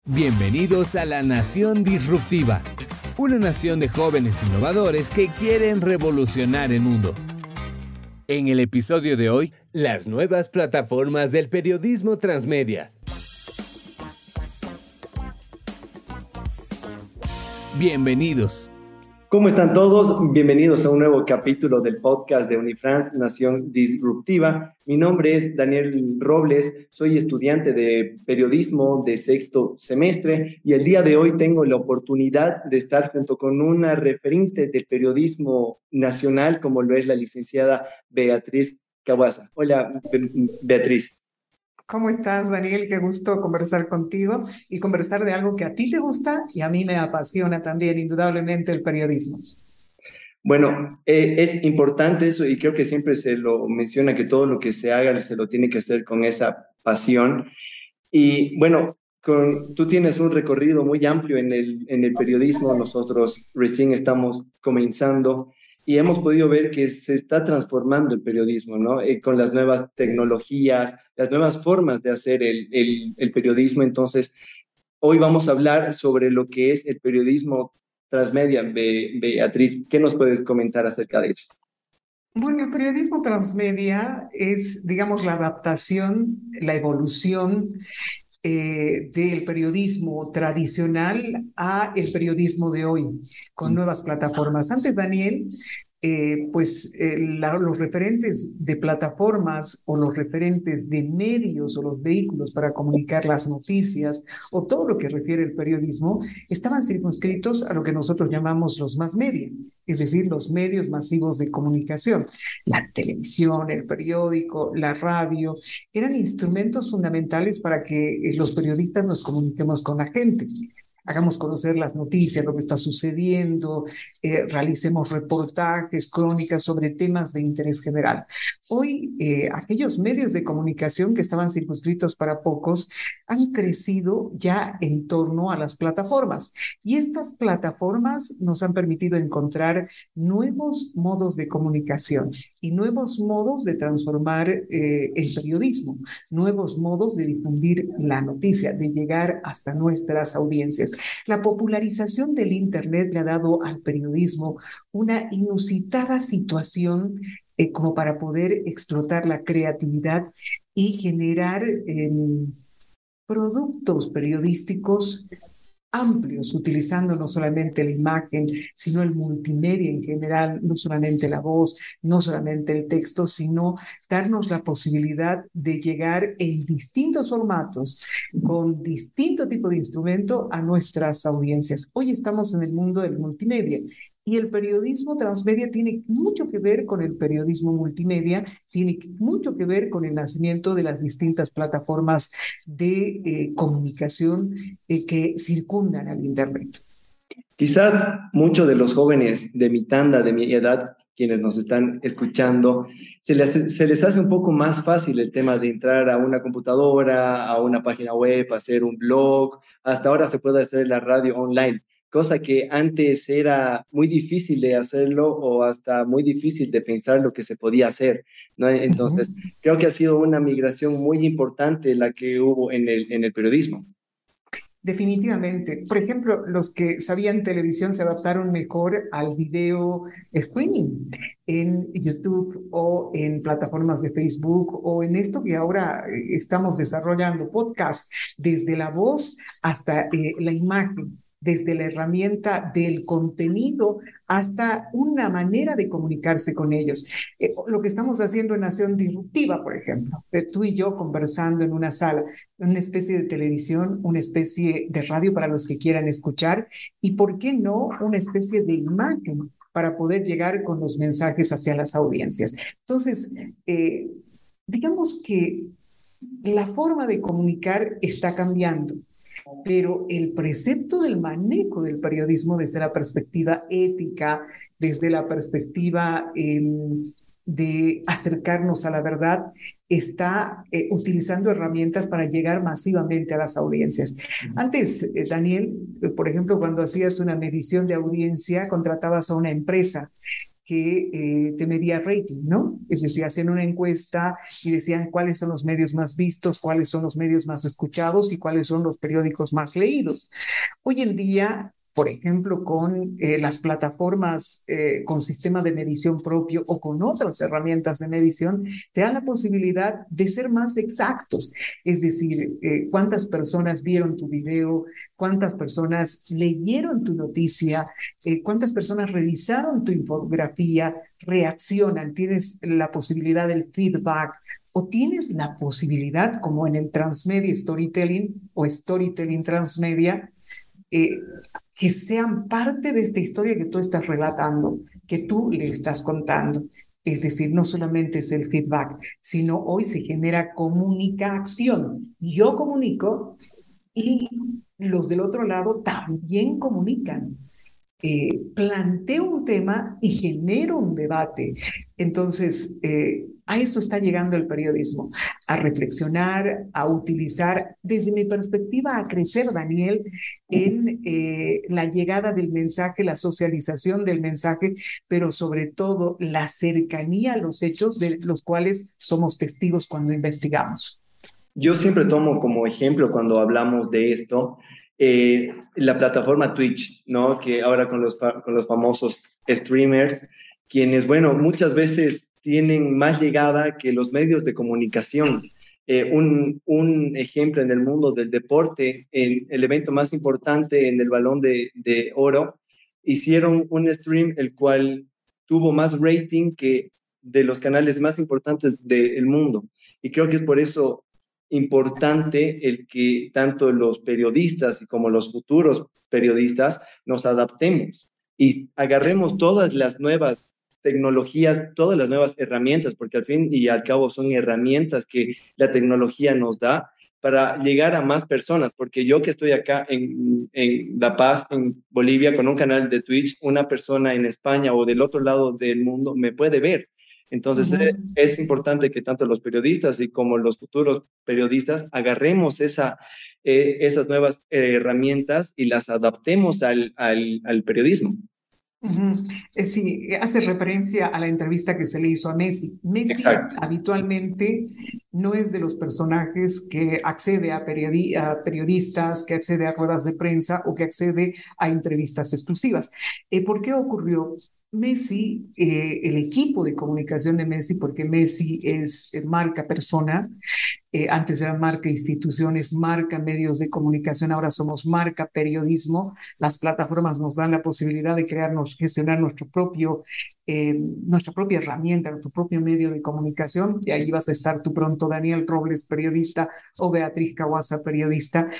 Bienvenidos a la Nación Disruptiva, una nación de jóvenes innovadores que quieren revolucionar el mundo. En el episodio de hoy, las nuevas plataformas del periodismo transmedia. Bienvenidos. ¿Cómo están todos? Bienvenidos a un nuevo capítulo del podcast de Unifrance Nación Disruptiva. Mi nombre es Daniel Robles, soy estudiante de periodismo de sexto semestre y el día de hoy tengo la oportunidad de estar junto con una referente del periodismo nacional como lo es la licenciada Beatriz Cavazza. Hola, Beatriz. ¿Cómo estás, Daniel? Qué gusto conversar contigo y conversar de algo que a ti te gusta y a mí me apasiona también, indudablemente, el periodismo. Bueno, es importante eso y creo que siempre se lo menciona que todo lo que se haga se lo tiene que hacer con esa pasión. Y bueno, tú tienes un recorrido muy amplio en el periodismo, nosotros recién estamos comenzando y hemos podido ver que se está transformando el periodismo, ¿no? Con las nuevas tecnologías, las nuevas formas de hacer el periodismo. Entonces, hoy vamos a hablar sobre lo que es el periodismo transmedia. Beatriz, ¿qué nos puedes comentar acerca de eso? Bueno, el periodismo transmedia es, digamos, la adaptación, la evolución del periodismo tradicional a el periodismo de hoy, con nuevas plataformas. Antes, Daniel, los referentes de plataformas o los referentes de medios o los vehículos para comunicar las noticias o todo lo que refiere el periodismo estaban circunscritos a lo que nosotros llamamos los mass media, es decir, los medios masivos de comunicación. La televisión, el periódico, la radio, eran instrumentos fundamentales para que los periodistas nos comuniquemos con la gente. Hagamos conocer las noticias, lo que está sucediendo, realicemos reportajes, crónicas sobre temas de interés general. Hoy, aquellos medios de comunicación que estaban circunscritos para pocos han crecido ya en torno a las plataformas. Y estas plataformas nos han permitido encontrar nuevos modos de comunicación y nuevos modos de transformar el periodismo, nuevos modos de difundir la noticia, de llegar hasta nuestras audiencias. La popularización del Internet le ha dado al periodismo una inusitada situación como para poder explotar la creatividad y generar productos periodísticos amplios, utilizando no solamente la imagen, sino el multimedia en general, no solamente la voz, no solamente el texto, sino darnos la posibilidad de llegar en distintos formatos, con distinto tipo de instrumento a nuestras audiencias. Hoy estamos en el mundo del multimedia. Y el periodismo transmedia tiene mucho que ver con el periodismo multimedia, tiene mucho que ver con el nacimiento de las distintas plataformas de comunicación que circundan al Internet. Quizás muchos de los jóvenes de mi tanda, de mi edad, quienes nos están escuchando, se les hace un poco más fácil el tema de entrar a una computadora, a una página web, hacer un blog. Hasta ahora se puede hacer la radio online, cosa que antes era muy difícil de hacerlo o hasta muy difícil de pensar lo que se podía hacer, ¿no? Entonces, creo que ha sido una migración muy importante la que hubo en el periodismo. Definitivamente. Por ejemplo, los que sabían televisión se adaptaron mejor al video streaming en YouTube o en plataformas de Facebook o en esto que ahora estamos desarrollando, podcast, desde la voz hasta la imagen, desde la herramienta del contenido hasta una manera de comunicarse con ellos. Lo que estamos haciendo en Nación Disruptiva, por ejemplo, tú y yo conversando en una sala, una especie de televisión, una especie de radio para los que quieran escuchar y, ¿por qué no?, una especie de imagen para poder llegar con los mensajes hacia las audiencias. Entonces, digamos que la forma de comunicar está cambiando, pero el precepto del manejo del periodismo desde la perspectiva ética, desde la perspectiva de acercarnos a la verdad, está utilizando herramientas para llegar masivamente a las audiencias. Antes, Daniel, por ejemplo, cuando hacías una medición de audiencia, contratabas a una empresa que te medía rating, ¿no? Es decir, hacían una encuesta y decían cuáles son los medios más vistos, cuáles son los medios más escuchados y cuáles son los periódicos más leídos. Hoy en día, por ejemplo, con las plataformas con sistema de medición propio o con otras herramientas de medición, te da la posibilidad de ser más exactos. Es decir, cuántas personas vieron tu video, cuántas personas leyeron tu noticia, cuántas personas revisaron tu infografía, reaccionan, tienes la posibilidad del feedback. O tienes la posibilidad, como en el transmedia storytelling o storytelling transmedia, eh, que sean parte de esta historia que tú estás relatando, que tú le estás contando. Es decir, no solamente es el feedback, sino hoy se genera comunicación. Yo comunico y los del otro lado también comunican. Planteo un tema y genero un debate. Entonces, a esto está llegando el periodismo, a reflexionar, a utilizar, desde mi perspectiva, a crecer, Daniel, en la llegada del mensaje, la socialización del mensaje, pero sobre todo la cercanía a los hechos de los cuales somos testigos cuando investigamos. Yo siempre tomo como ejemplo cuando hablamos de esto la plataforma Twitch, ¿no? Que ahora con los famosos streamers, quienes, bueno, muchas veces tienen más llegada que los medios de comunicación. Un ejemplo en el mundo del deporte, en el evento más importante en el Balón de Oro, hicieron un stream el cual tuvo más rating que de los canales más importantes del mundo. Y creo que es por eso importante el que tanto los periodistas y como los futuros periodistas nos adaptemos y agarremos todas las nuevas tecnologías, todas las nuevas herramientas, porque al fin y al cabo son herramientas que la tecnología nos da para llegar a más personas, porque yo que estoy acá en La Paz, en Bolivia, con un canal de Twitch, una persona en España o del otro lado del mundo me puede ver. Entonces, es importante que tanto los periodistas y como los futuros periodistas agarremos esas nuevas herramientas y las adaptemos al periodismo. Sí, hace referencia a la entrevista que se le hizo a Messi. Messi Exacto. habitualmente no es de los personajes que accede a periodistas, que accede a ruedas de prensa o que accede a entrevistas exclusivas. ¿Por qué ocurrió? Messi, el equipo de comunicación de Messi, porque Messi es marca persona, antes era marca instituciones, marca medios de comunicación, ahora somos marca periodismo. Las plataformas nos dan la posibilidad de crearnos, gestionar nuestra propia herramienta, nuestro propio medio de comunicación. Y ahí vas a estar tú pronto, Daniel Robles, periodista, o Beatriz Caguasa, periodista.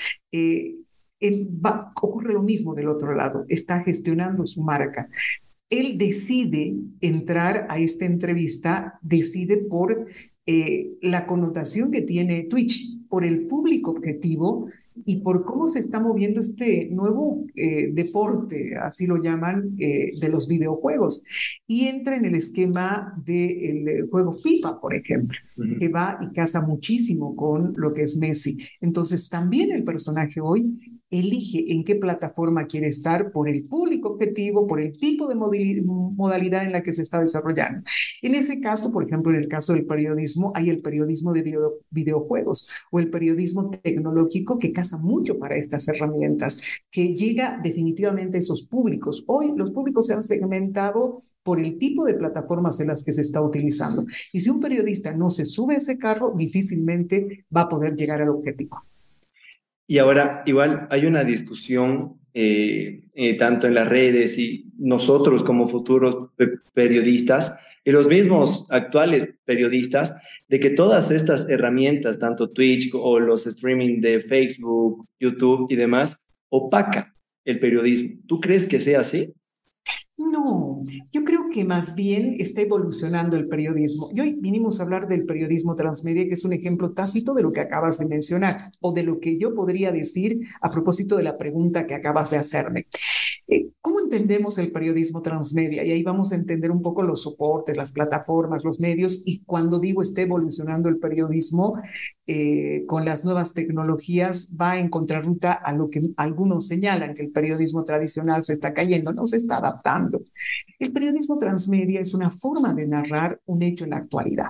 Ocurre lo mismo del otro lado, está gestionando su marca. Él decide entrar a esta entrevista, decide por la connotación que tiene Twitch, por el público objetivo y por cómo se está moviendo este nuevo deporte, así lo llaman, de los videojuegos. Y entra en el esquema del juego FIFA, por ejemplo, que va y casa muchísimo con lo que es Messi. Entonces, también el personaje hoy elige en qué plataforma quiere estar por el público objetivo, por el tipo de modalidad en la que se está desarrollando. En ese caso, por ejemplo, en el caso del periodismo, hay el periodismo de videojuegos o el periodismo tecnológico que casa mucho para estas herramientas, que llega definitivamente a esos públicos. Hoy los públicos se han segmentado por el tipo de plataformas en las que se está utilizando. Y si un periodista no se sube a ese carro, difícilmente va a poder llegar al objetivo. Y ahora, igual hay una discusión tanto en las redes y nosotros como futuros periodistas y los mismos actuales periodistas, de que todas estas herramientas, tanto Twitch o los streaming de Facebook, YouTube y demás, opaca el periodismo. ¿Tú crees que sea así? No, yo creo que más bien está evolucionando el periodismo. Y hoy vinimos a hablar del periodismo transmedia, que es un ejemplo tácito de lo que acabas de mencionar, o de lo que yo podría decir a propósito de la pregunta que acabas de hacerme. ¿Cómo entendemos el periodismo transmedia? Y ahí vamos a entender un poco los soportes, las plataformas, los medios, y cuando digo está evolucionando el periodismo, con las nuevas tecnologías va a encontrar ruta a lo que algunos señalan, que el periodismo tradicional se está cayendo, no se está adaptando. informando. El periodismo transmedia es una forma de narrar un hecho en la actualidad,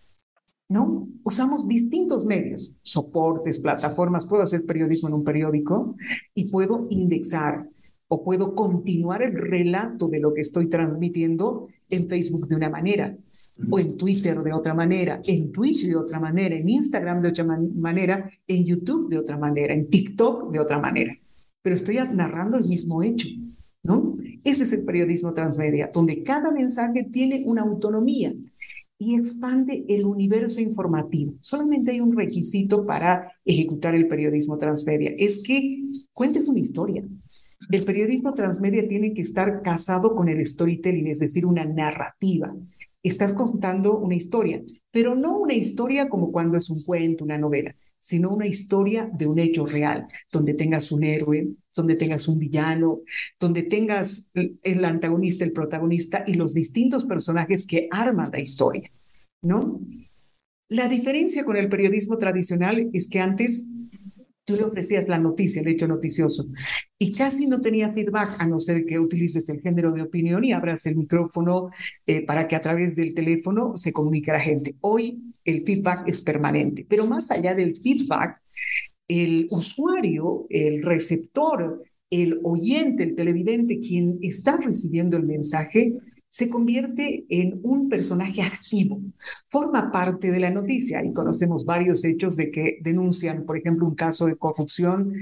¿no? Usamos distintos medios, soportes, plataformas. Puedo hacer periodismo en un periódico y puedo indexar o puedo continuar el relato de lo que estoy transmitiendo en Facebook de una manera, o en Twitter de otra manera, en Twitch de otra manera, en Instagram de otra manera, en YouTube de otra manera, en TikTok de otra manera. Pero estoy narrando el mismo hecho, ¿no? Ese es el periodismo transmedia, donde cada mensaje tiene una autonomía y expande el universo informativo. Solamente hay un requisito para ejecutar el periodismo transmedia, es que cuentes una historia. El periodismo transmedia tiene que estar casado con el storytelling, es decir, una narrativa. Estás contando una historia, pero no una historia como cuando es un cuento, una novela, sino una historia de un hecho real, donde tengas un héroe, donde tengas un villano, donde tengas el antagonista, el protagonista y los distintos personajes que arman la historia, ¿no? La diferencia con el periodismo tradicional es que antes tú le ofrecías la noticia, el hecho noticioso, y casi no tenía feedback, a no ser que utilices el género de opinión y abras el micrófono para que a través del teléfono se comunique a la gente. Hoy el feedback es permanente, pero más allá del feedback, el usuario, el receptor, el oyente, el televidente, quien está recibiendo el mensaje, se convierte en un personaje activo, forma parte de la noticia y conocemos varios hechos de que denuncian, por ejemplo, un caso de corrupción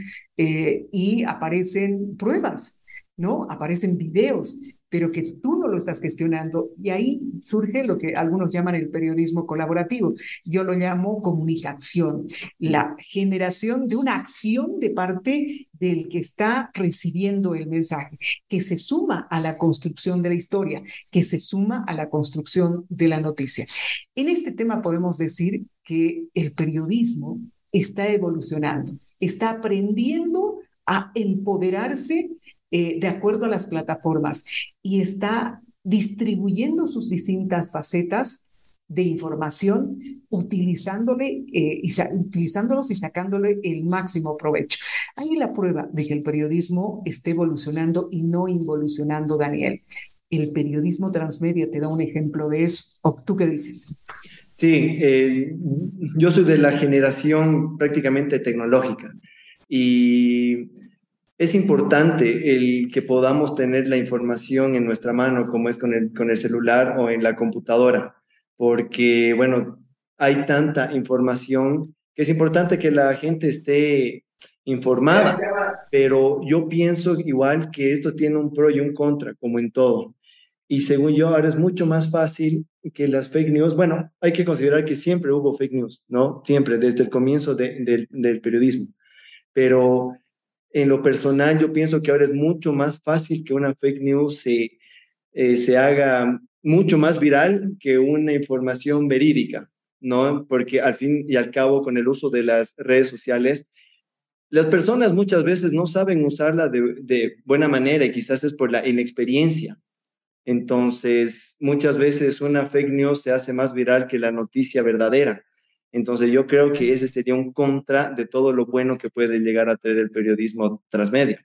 y aparecen pruebas, ¿no? Aparecen videos, pero que tú no lo estás gestionando y ahí surge lo que algunos llaman el periodismo colaborativo. Yo lo llamo comunicación, la generación de una acción de parte del que está recibiendo el mensaje, que se suma a la construcción de la historia, que se suma a la construcción de la noticia. En este tema podemos decir que el periodismo está evolucionando, está aprendiendo a empoderarse de acuerdo a las plataformas y está distribuyendo sus distintas facetas de información, utilizándolos y sacándole el máximo provecho. Ahí la prueba de que el periodismo esté evolucionando y no involucionando, Daniel. El periodismo transmedia te da un ejemplo de eso. ¿O tú qué dices? Sí, yo soy de la generación prácticamente tecnológica y es importante el que podamos tener la información en nuestra mano, como es con el celular o en la computadora, porque, bueno, hay tanta información que es importante que la gente esté informada, pero yo pienso igual que esto tiene un pro y un contra, como en todo. Y según yo, ahora es mucho más fácil que las fake news. Bueno, hay que considerar que siempre hubo fake news, ¿no? Siempre, desde el comienzo del periodismo. Pero en lo personal, yo pienso que ahora es mucho más fácil que una fake news se haga mucho más viral que una información verídica, ¿no? Porque al fin y al cabo, con el uso de las redes sociales, las personas muchas veces no saben usarla de buena manera y quizás es por la inexperiencia. Entonces, muchas veces una fake news se hace más viral que la noticia verdadera. Entonces, yo creo que ese sería un contra de todo lo bueno que puede llegar a tener el periodismo transmedia.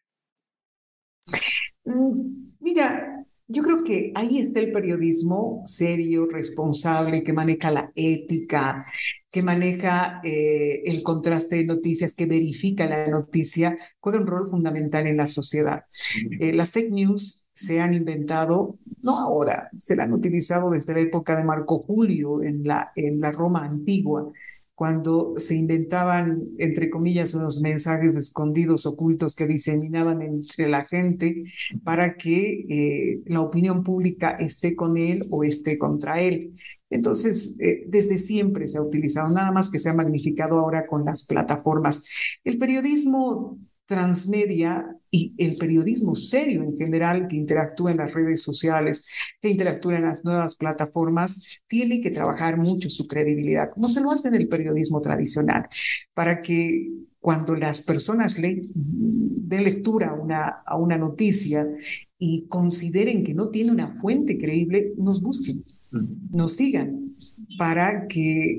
Mira, yo creo que ahí está el periodismo serio, responsable, que maneja la ética, que maneja el contraste de noticias, que verifica la noticia, juega un rol fundamental en la sociedad. Las fake news se han inventado, no ahora, se la han utilizado desde la época de Marco Julio en la Roma antigua, cuando se inventaban, entre comillas, unos mensajes escondidos, ocultos, que diseminaban entre la gente para que la opinión pública esté con él o esté contra él. Entonces, desde siempre se ha utilizado, nada más que se ha magnificado ahora con las plataformas. El periodismo transmedia y el periodismo serio en general que interactúa en las redes sociales, que interactúa en las nuevas plataformas, tiene que trabajar mucho su credibilidad, como se lo hace en el periodismo tradicional, para que cuando las personas den lectura a una noticia y consideren que no tiene una fuente creíble, nos busquen, nos sigan para que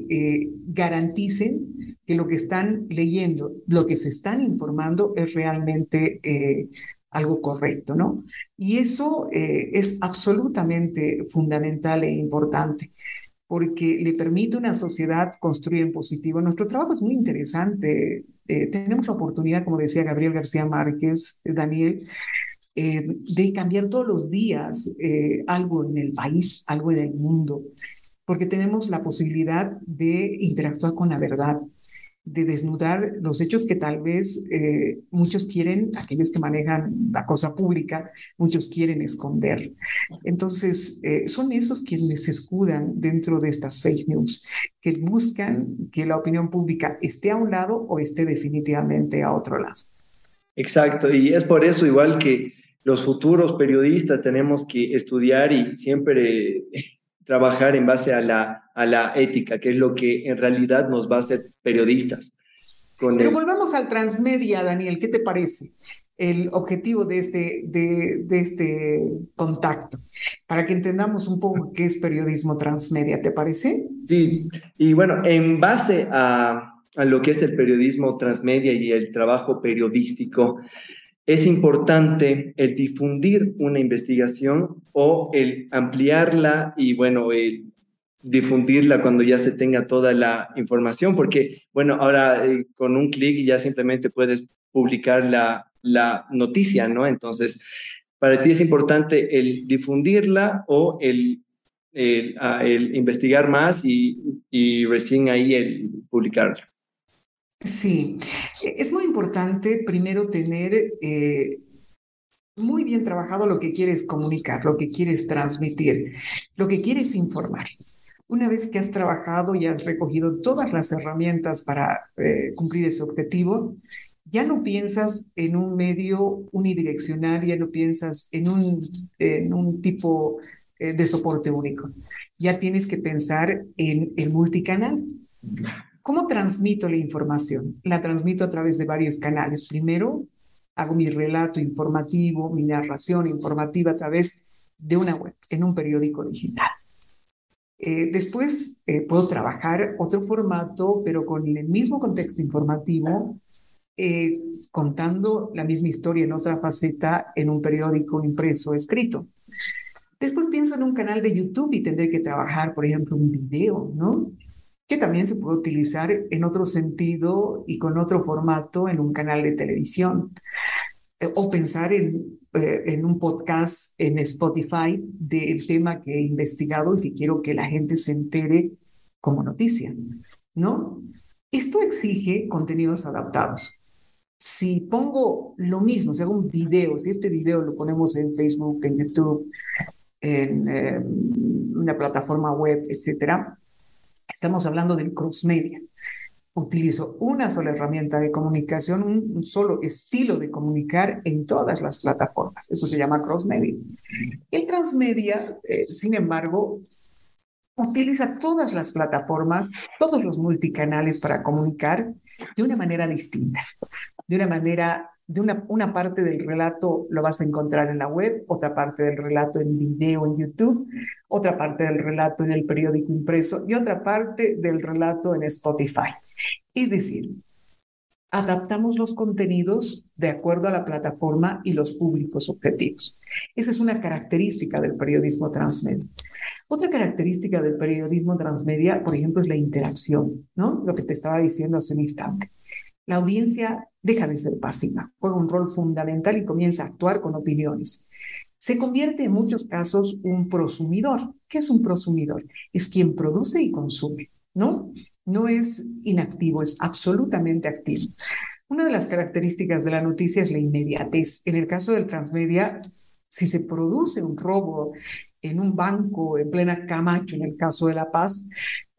garanticen que lo que están leyendo, lo que se están informando es realmente algo correcto, ¿no? Y eso es absolutamente fundamental e importante porque le permite a una sociedad construir en positivo. Nuestro trabajo es muy interesante. Tenemos la oportunidad, como decía Gabriel García Márquez, Daniel, de cambiar todos los días algo en el país, algo en el mundo, porque tenemos la posibilidad de interactuar con la verdad, de desnudar los hechos que tal vez muchos quieren, aquellos que manejan la cosa pública, muchos quieren esconder. Entonces, son esos quienes se escudan dentro de estas fake news, que buscan que la opinión pública esté a un lado o esté definitivamente a otro lado. Exacto, y es por eso igual que los futuros periodistas tenemos que estudiar y siempre trabajar en base a la ética, que es lo que en realidad nos va a hacer periodistas. Con Pero el, volvamos al transmedia, Daniel, ¿qué te parece? El objetivo de este contacto, para que entendamos un poco qué es periodismo transmedia, ¿te parece? sí, y bueno, en base a lo que es el periodismo transmedia y el trabajo periodístico, es importante el difundir una investigación o el ampliarla y, bueno, el difundirla cuando ya se tenga toda la información, porque, bueno, ahora con un clic ya simplemente puedes publicar la noticia, ¿no? Entonces, para ti es importante el difundirla o el investigar más y recién ahí el publicarla. Sí, es muy importante primero tener muy bien trabajado lo que quieres comunicar, lo que quieres transmitir, lo que quieres informar. Una vez que has trabajado y has recogido todas las herramientas para cumplir ese objetivo, ya no piensas en un medio unidireccional, ya no piensas en un tipo de soporte único. Ya tienes que pensar en el multicanal. ¿Cómo transmito la información? La transmito a través de varios canales. Primero, hago mi relato informativo, mi narración informativa a través de una web, en un periódico digital. Después puedo trabajar otro formato, pero con el mismo contexto informativo, eh, contando la misma historia en otra faceta en un periódico impreso escrito. Después pienso en un canal de YouTube y tendré que trabajar, por ejemplo, un video, ¿no? Que también se puede utilizar en otro sentido y con otro formato en un canal de televisión. O pensar en un podcast en Spotify del tema que he investigado y que quiero que la gente se entere como noticia, ¿no? Esto exige contenidos adaptados. Si pongo lo mismo, si hago un video, si este video lo ponemos en Facebook, en YouTube, en una plataforma web, etcétera, estamos hablando del cross media. Utilizo una sola herramienta de comunicación, un solo estilo de comunicar en todas las plataformas. Eso se llama cross media. El transmedia, sin embargo, utiliza todas las plataformas, todos los multicanales para comunicar de una manera distinta, de una manera, una parte del relato lo vas a encontrar en la web, otra parte del relato en video en YouTube, otra parte del relato en el periódico impreso y otra parte del relato en Spotify. Es decir, adaptamos los contenidos de acuerdo a la plataforma y los públicos objetivos. Esa es una característica del periodismo transmedia. Otra característica del periodismo transmedia, por ejemplo, es la interacción, ¿no? Lo que te estaba diciendo hace un instante. La audiencia deja de ser pasiva, juega un rol fundamental y comienza a actuar con opiniones. Se convierte en muchos casos un prosumidor. ¿Qué es un prosumidor? Es quien produce y consume, ¿no? No es inactivo, es absolutamente activo. Una de las características de la noticia es la inmediatez. En el caso del transmedia, si se produce un robo en un banco en plena Camacho, en el caso de La Paz,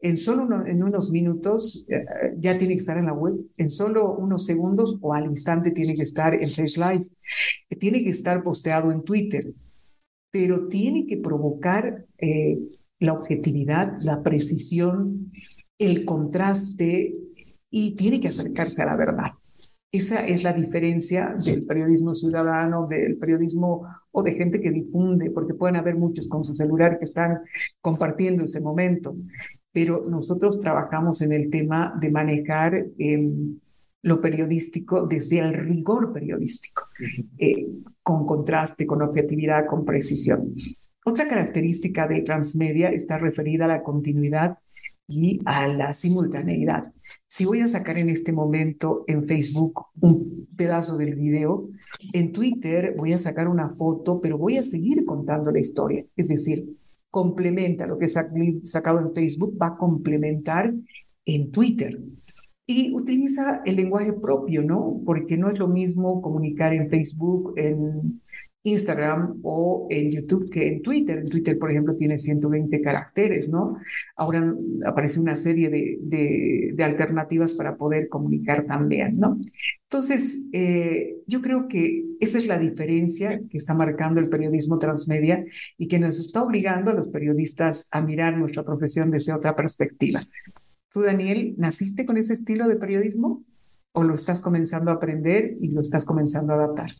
en unos minutos ya tiene que estar en la web, en solo unos segundos o al instante tiene que estar en Face Live, tiene que estar posteado en Twitter, pero tiene que provocar la objetividad, la precisión, el contraste y tiene que acercarse a la verdad. Esa es la diferencia del periodismo ciudadano, del periodismo o de gente que difunde, porque pueden haber muchos con su celular que están compartiendo ese momento, pero nosotros trabajamos en el tema de manejar lo periodístico desde el rigor periodístico, con contraste, con objetividad, con precisión. Otra característica de transmedia está referida a la continuidad y a la simultaneidad. Si voy a sacar en este momento en Facebook un pedazo del video, en Twitter voy a sacar una foto, pero voy a seguir contando la historia. Es decir, complementa lo que he sacado en Facebook, va a complementar en Twitter. Y utiliza el lenguaje propio, ¿no? Porque no es lo mismo comunicar en Facebook, en Instagram o en YouTube que en Twitter. En Twitter, por ejemplo, tiene 120 caracteres, ¿no? Ahora aparece una serie de alternativas para poder comunicar también, ¿no? Entonces, yo creo que esa es la diferencia que está marcando el periodismo transmedia y que nos está obligando a los periodistas a mirar nuestra profesión desde otra perspectiva. ¿Tú, Daniel, naciste con ese estilo de periodismo o lo estás comenzando a aprender y lo estás comenzando a adaptar?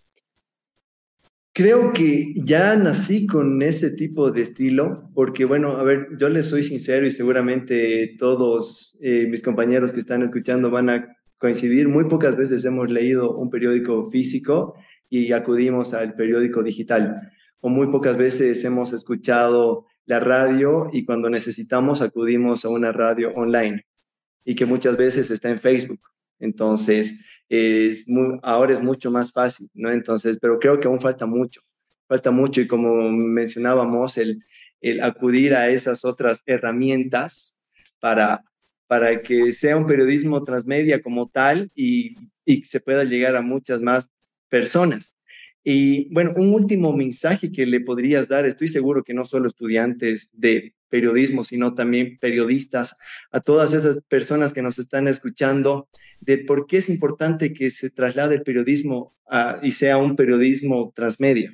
Creo que ya nací con ese tipo de estilo, porque bueno, a ver, yo les soy sincero y seguramente todos mis compañeros que están escuchando van a coincidir. Muy pocas veces hemos leído un periódico físico y acudimos al periódico digital, o muy pocas veces hemos escuchado la radio y cuando necesitamos acudimos a una radio online y que muchas veces está en Facebook. Entonces, ahora es mucho más fácil, ¿no? Entonces, pero creo que aún falta mucho y como mencionábamos, el acudir a esas otras herramientas para, para que sea un periodismo transmedia como tal y se pueda llegar a muchas más personas. Y bueno, un último mensaje que le podrías dar, estoy seguro que no solo estudiantes de periodismo, sino también periodistas, a todas esas personas que nos están escuchando, de por qué es importante que se traslade el periodismo y sea un periodismo transmedia.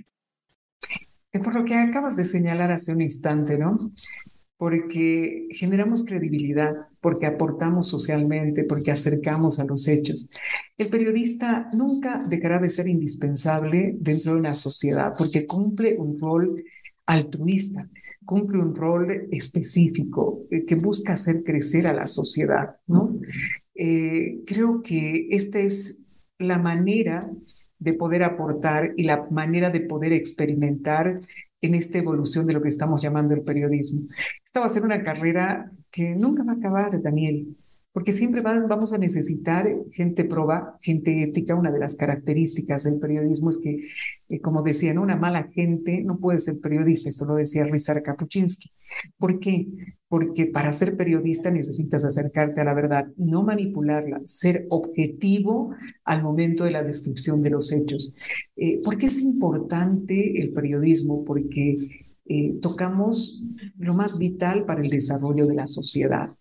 Por lo que acabas de señalar hace un instante, ¿no? Porque generamos credibilidad, porque aportamos socialmente, porque acercamos a los hechos. El periodista nunca dejará de ser indispensable dentro de una sociedad, porque cumple un rol altruista, cumple un rol específico que busca hacer crecer a la sociedad, ¿no? Creo que esta es la manera de poder aportar y la manera de poder experimentar en esta evolución de lo que estamos llamando el periodismo. Esta va a ser una carrera que nunca va a acabar, Daniel, porque siempre vamos a necesitar gente proba, gente ética. Una de las características del periodismo es que, como decían, una mala gente no puede ser periodista. Esto lo decía Ryszard Kapuscinski. ¿Por qué? Porque para ser periodista necesitas acercarte a la verdad, no manipularla, ser objetivo al momento de la descripción de los hechos. ¿Por qué es importante el periodismo? Porque tocamos lo más vital para el desarrollo de la sociedad.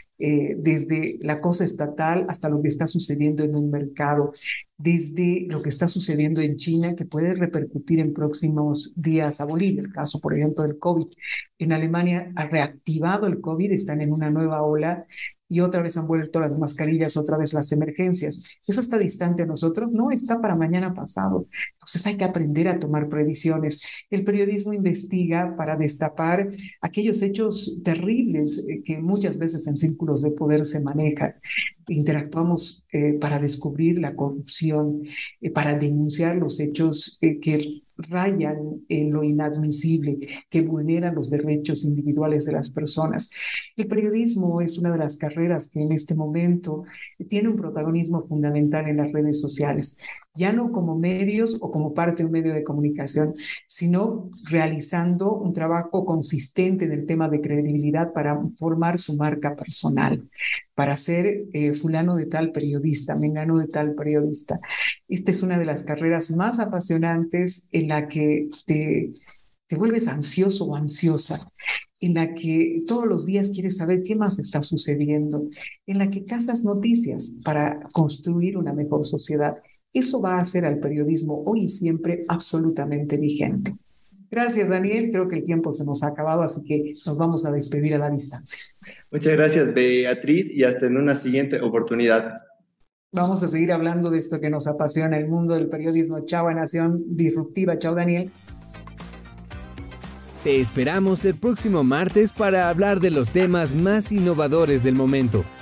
Desde la cosa estatal hasta lo que está sucediendo en un mercado, desde lo que está sucediendo en China, que puede repercutir en próximos días a Bolivia. El caso, por ejemplo, del COVID. En Alemania ha reactivado el COVID, están en una nueva ola y otra vez han vuelto las mascarillas, otra vez las emergencias. ¿Eso está distante a nosotros? No, está para mañana pasado. Entonces hay que aprender a tomar previsiones. El periodismo investiga para destapar aquellos hechos terribles que muchas veces en círculos de poder se manejan. Interactuamos para descubrir la corrupción, para denunciar los hechos que rayan en lo inadmisible, que vulneran los derechos individuales de las personas. El periodismo es una de las carreras que en este momento tiene un protagonismo fundamental en las redes sociales, ya no como medios o como parte de un medio de comunicación, sino realizando un trabajo consistente en el tema de credibilidad para formar su marca personal, para ser fulano de tal periodista, mengano de tal periodista. Esta es una de las carreras más apasionantes en la que te vuelves ansioso o ansiosa, en la que todos los días quieres saber qué más está sucediendo, en la que cazas noticias para construir una mejor sociedad. Eso va a hacer al periodismo hoy y siempre absolutamente vigente. Gracias, Daniel. Creo que el tiempo se nos ha acabado, así que nos vamos a despedir a la distancia. Muchas gracias, Beatriz, y hasta en una siguiente oportunidad. Vamos a seguir hablando de esto que nos apasiona, el mundo del periodismo. Chao, Nación Disruptiva. Chao, Daniel. Te esperamos el próximo martes para hablar de los temas más innovadores del momento.